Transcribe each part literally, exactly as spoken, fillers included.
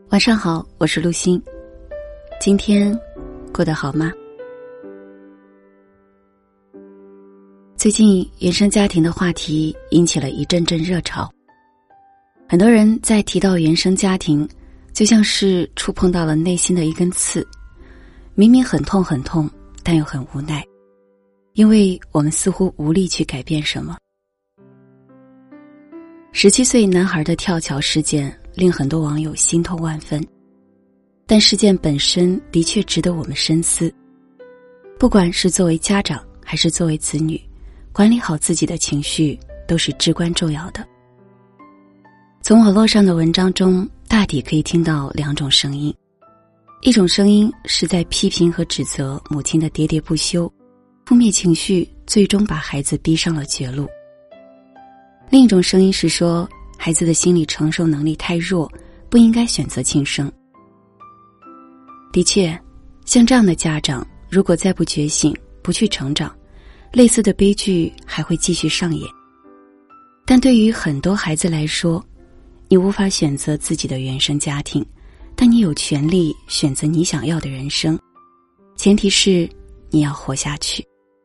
晚上好，我是陆欣。今天过得好吗？最近原生家庭的话题引起了一阵阵热潮，很多人在提到原生家庭，就像是触碰到了内心的一根刺，明明很痛很痛，但又很无奈，因为我们似乎无力去改变什么。十七岁男孩的跳桥事件令很多网友心痛万分，但事件本身的确值得我们深思。不管是作为家长还是作为子女，管理好自己的情绪都是至关重要的。从网络上的文章中，大抵可以听到两种声音。一种声音是在批评和指责母亲的喋喋不休，负面情绪最终把孩子逼上了绝路。另一种声音是说，孩子的心理承受能力太弱，不应该选择轻生。的确，像这样的家长，如果再不觉醒，不去成长，类似的悲剧还会继续上演。但对于很多孩子来说，你无法选择自己的原生家庭，但你有权利选择你想要的人生，前提是你要活下去。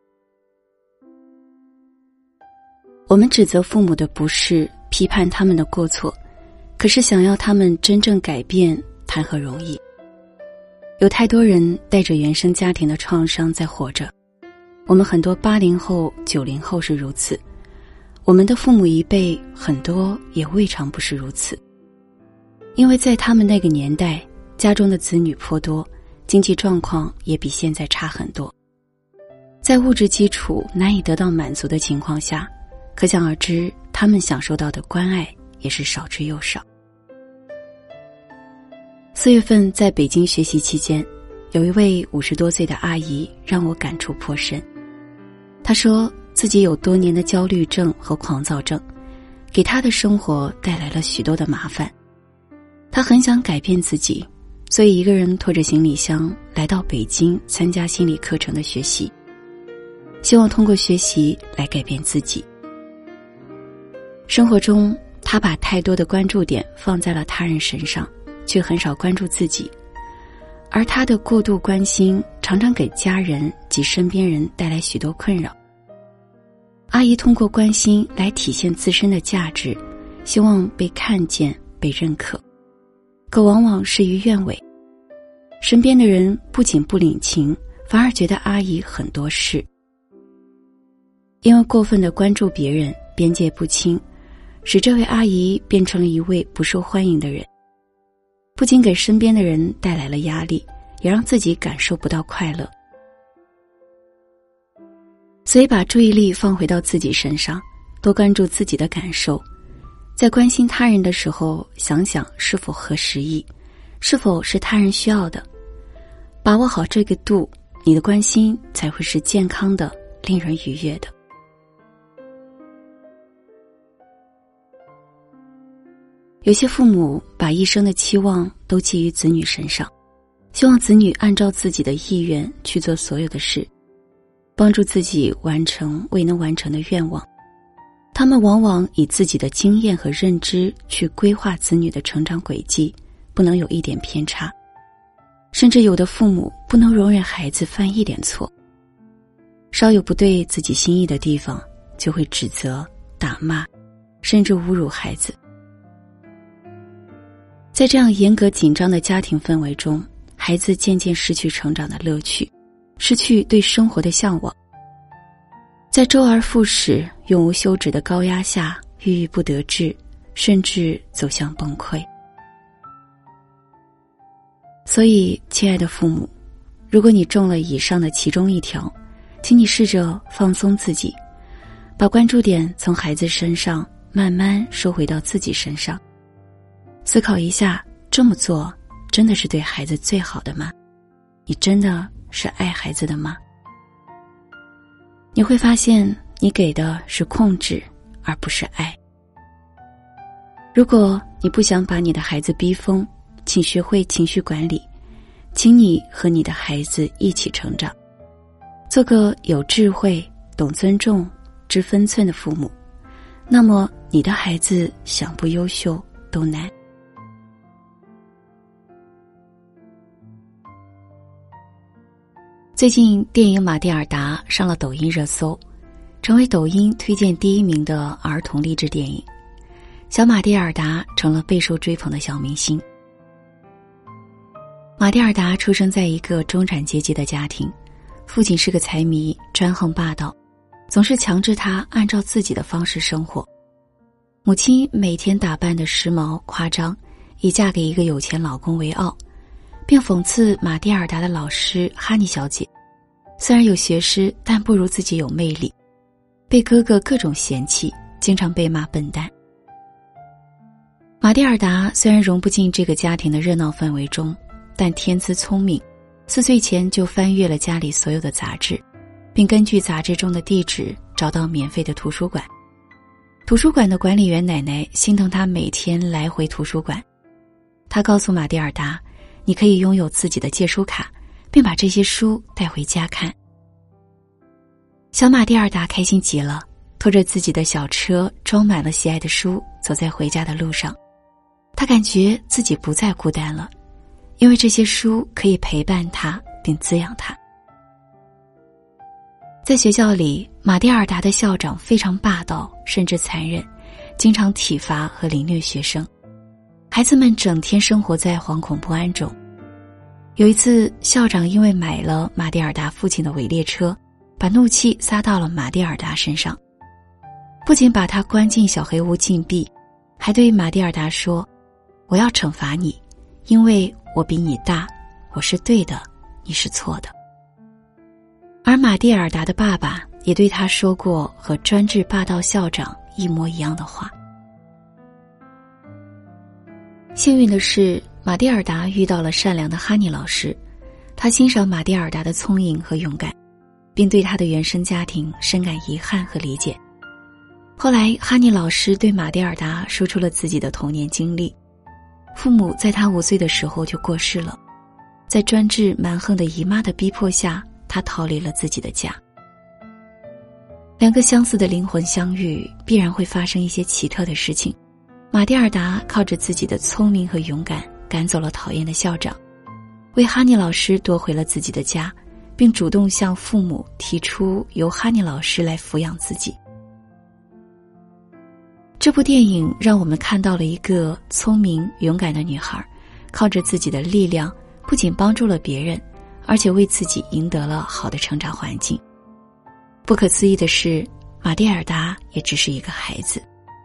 我们指责父母的不是，批判他们的过错，可是想要他们真正改变，谈何容易？有太多人带着原生家庭的创伤在活着，我们很多八零后、九零后是如此，我们的父母一辈很多也未尝不是如此。因为在他们那个年代，家中的子女颇多，经济状况也比现在差很多，在物质基础难以得到满足的情况下，可想而知，他们享受到的关爱也是少之又少。四月份在北京学习期间，有一位五十多岁的阿姨让我感触颇深。她说自己有多年的焦虑症和狂躁症，给她的生活带来了许多的麻烦。她很想改变自己，所以一个人拖着行李箱来到北京参加心理课程的学习，希望通过学习来改变自己。生活中，他把太多的关注点放在了他人身上，却很少关注自己，而他的过度关心常常给家人及身边人带来许多困扰。阿姨通过关心来体现自身的价值，希望被看见、被认可，可往往事与愿违。身边的人不仅不领情，反而觉得阿姨很多事。因为过分的关注别人，边界不清，使这位阿姨变成了一位不受欢迎的人，不仅给身边的人带来了压力，也让自己感受不到快乐。所以把注意力放回到自己身上，多关注自己的感受，在关心他人的时候，想想是否合时宜，是否是他人需要的。把握好这个度，你的关心才会是健康的，令人愉悦的。有些父母把一生的期望都寄于子女身上，希望子女按照自己的意愿去做所有的事，帮助自己完成未能完成的愿望。他们往往以自己的经验和认知去规划子女的成长轨迹，不能有一点偏差。甚至有的父母不能容忍孩子犯一点错，稍有不对自己心意的地方，就会指责、打骂，甚至侮辱孩子。在这样严格紧张的家庭氛围中，孩子渐渐失去成长的乐趣，失去对生活的向往，在周而复始、永无休止的高压下，郁郁不得志，甚至走向崩溃。所以，亲爱的父母，如果你中了以上的其中一条，请你试着放松自己，把关注点从孩子身上慢慢收回到自己身上，思考一下，这么做真的是对孩子最好的吗？你真的是爱孩子的吗？你会发现，你给的是控制，而不是爱。如果你不想把你的孩子逼疯，请学会情绪管理，请你和你的孩子一起成长，做个有智慧、懂尊重、知分寸的父母，那么你的孩子想不优秀都难。 最近电影《马蒂尔达》上了抖音热搜，成为抖音推荐第一名的儿童励志电影。小马蒂尔达成了备受追捧的小明星。马蒂尔达出生在一个中产阶级的家庭，父亲是个财迷，专横霸道，总是强制他按照自己的方式生活。母亲每天打扮得时髦夸张，以嫁给一个有钱老公为傲，并讽刺马蒂尔达的老师哈尼小姐，虽然有学识，但不如自己有魅力，被哥哥各种嫌弃，经常被骂笨蛋。马蒂尔达虽然融不进这个家庭的热闹氛围中，但天资聪明，四岁前就翻阅了家里所有的杂志，并根据杂志中的地址找到免费的图书馆。图书馆的管理员奶奶心疼他每天来回图书馆，她告诉马蒂尔达，你可以拥有自己的借书卡，并把这些书带回家看。小马蒂尔达开心极了，拖着自己的小车，装满了喜爱的书，走在回家的路上。他感觉自己不再孤单了，因为这些书可以陪伴他并滋养他。在学校里，马蒂尔达的校长非常霸道，甚至残忍，经常体罚和凌虐学生，孩子们整天生活在惶恐不安中。有一次，校长因为买了马蒂尔达父亲的伪列车，把怒气撒到了马蒂尔达身上，不仅把他关进小黑屋禁闭，还对马蒂尔达说，我要惩罚你，因为我比你大，我是对的，你是错的。而马蒂尔达的爸爸也对他说过和专制霸道校长一模一样的话。幸运的是，马蒂尔达遇到了善良的哈尼老师，他欣赏马蒂尔达的聪颖和勇敢，并对他的原生家庭深感遗憾和理解。后来，哈尼老师对马蒂尔达说出了自己的童年经历。父母在他五岁的时候就过世了，在专制蛮横的姨妈的逼迫下，他逃离了自己的家。两个相似的灵魂相遇，必然会发生一些奇特的事情。马蒂尔达靠着自己的聪明和勇敢，赶走了讨厌的校长，为哈尼老师夺回了自己的家，并主动向父母提出由哈尼老师来抚养自己。这部电影让我们看到了一个聪明勇敢的女孩，靠着自己的力量，不仅帮助了别人，而且为自己赢得了好的成长环境。不可思议的是，马蒂尔达也只是一个孩子。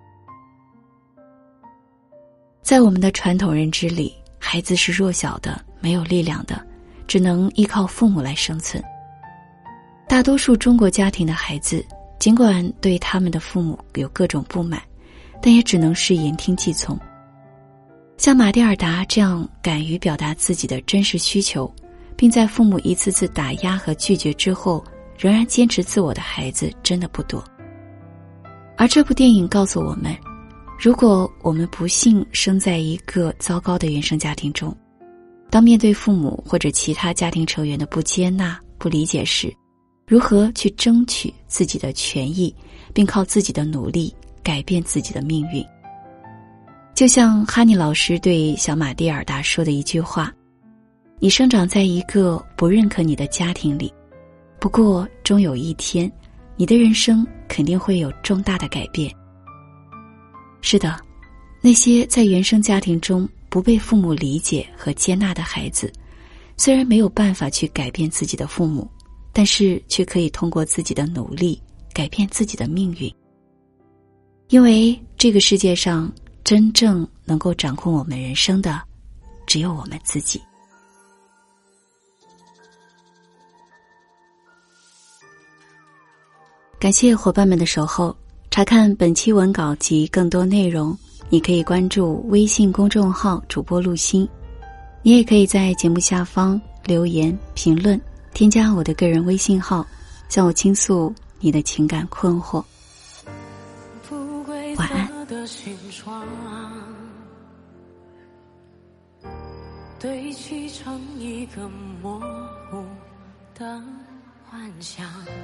在我们的传统认知里，孩子是弱小的，没有力量的，只能依靠父母来生存。大多数中国家庭的孩子，尽管对他们的父母有各种不满，但也只能是言听计从。像马蒂尔达这样敢于表达自己的真实需求，并在父母一次次打压和拒绝之后仍然坚持自我的孩子真的不多。而这部电影告诉我们，如果我们不幸生在一个糟糕的原生家庭中，当面对父母或者其他家庭成员的不接纳、不理解时，如何去争取自己的权益，并靠自己的努力改变自己的命运。就像哈尼老师对小马蒂尔达说的一句话，你生长在一个不认可你的家庭里，不过终有一天，你的人生肯定会有重大的改变。是的，那些在原生家庭中不被父母理解和接纳的孩子，虽然没有办法去改变自己的父母，但是却可以通过自己的努力改变自己的命运。因为这个世界上真正能够掌控我们人生的，只有我们自己。感谢伙伴们的守候，查看本期文稿及更多内容，你可以关注微信公众号主播陆心，你也可以在节目下方留言评论，添加我的个人微信号，向我倾诉你的情感困惑。晚安。 堆砌成一个模糊的幻想，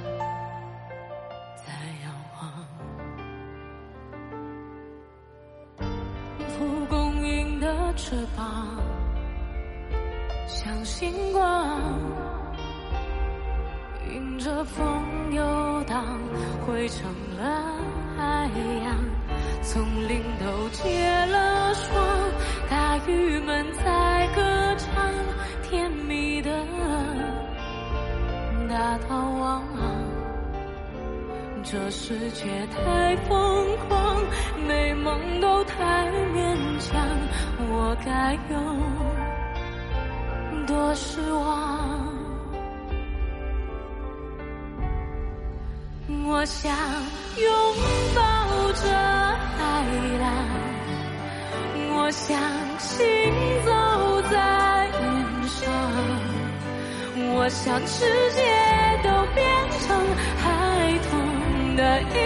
在遥望蒲公英的翅膀，像星光迎着风游荡，汇成了海洋。从林头结了霜，大鱼们在歌唱，甜蜜的大逃亡。这世界太疯狂，美梦都太勉强，我该有多失望？我想拥抱着海浪，我想行走在云上，我想世界都变成孩童的一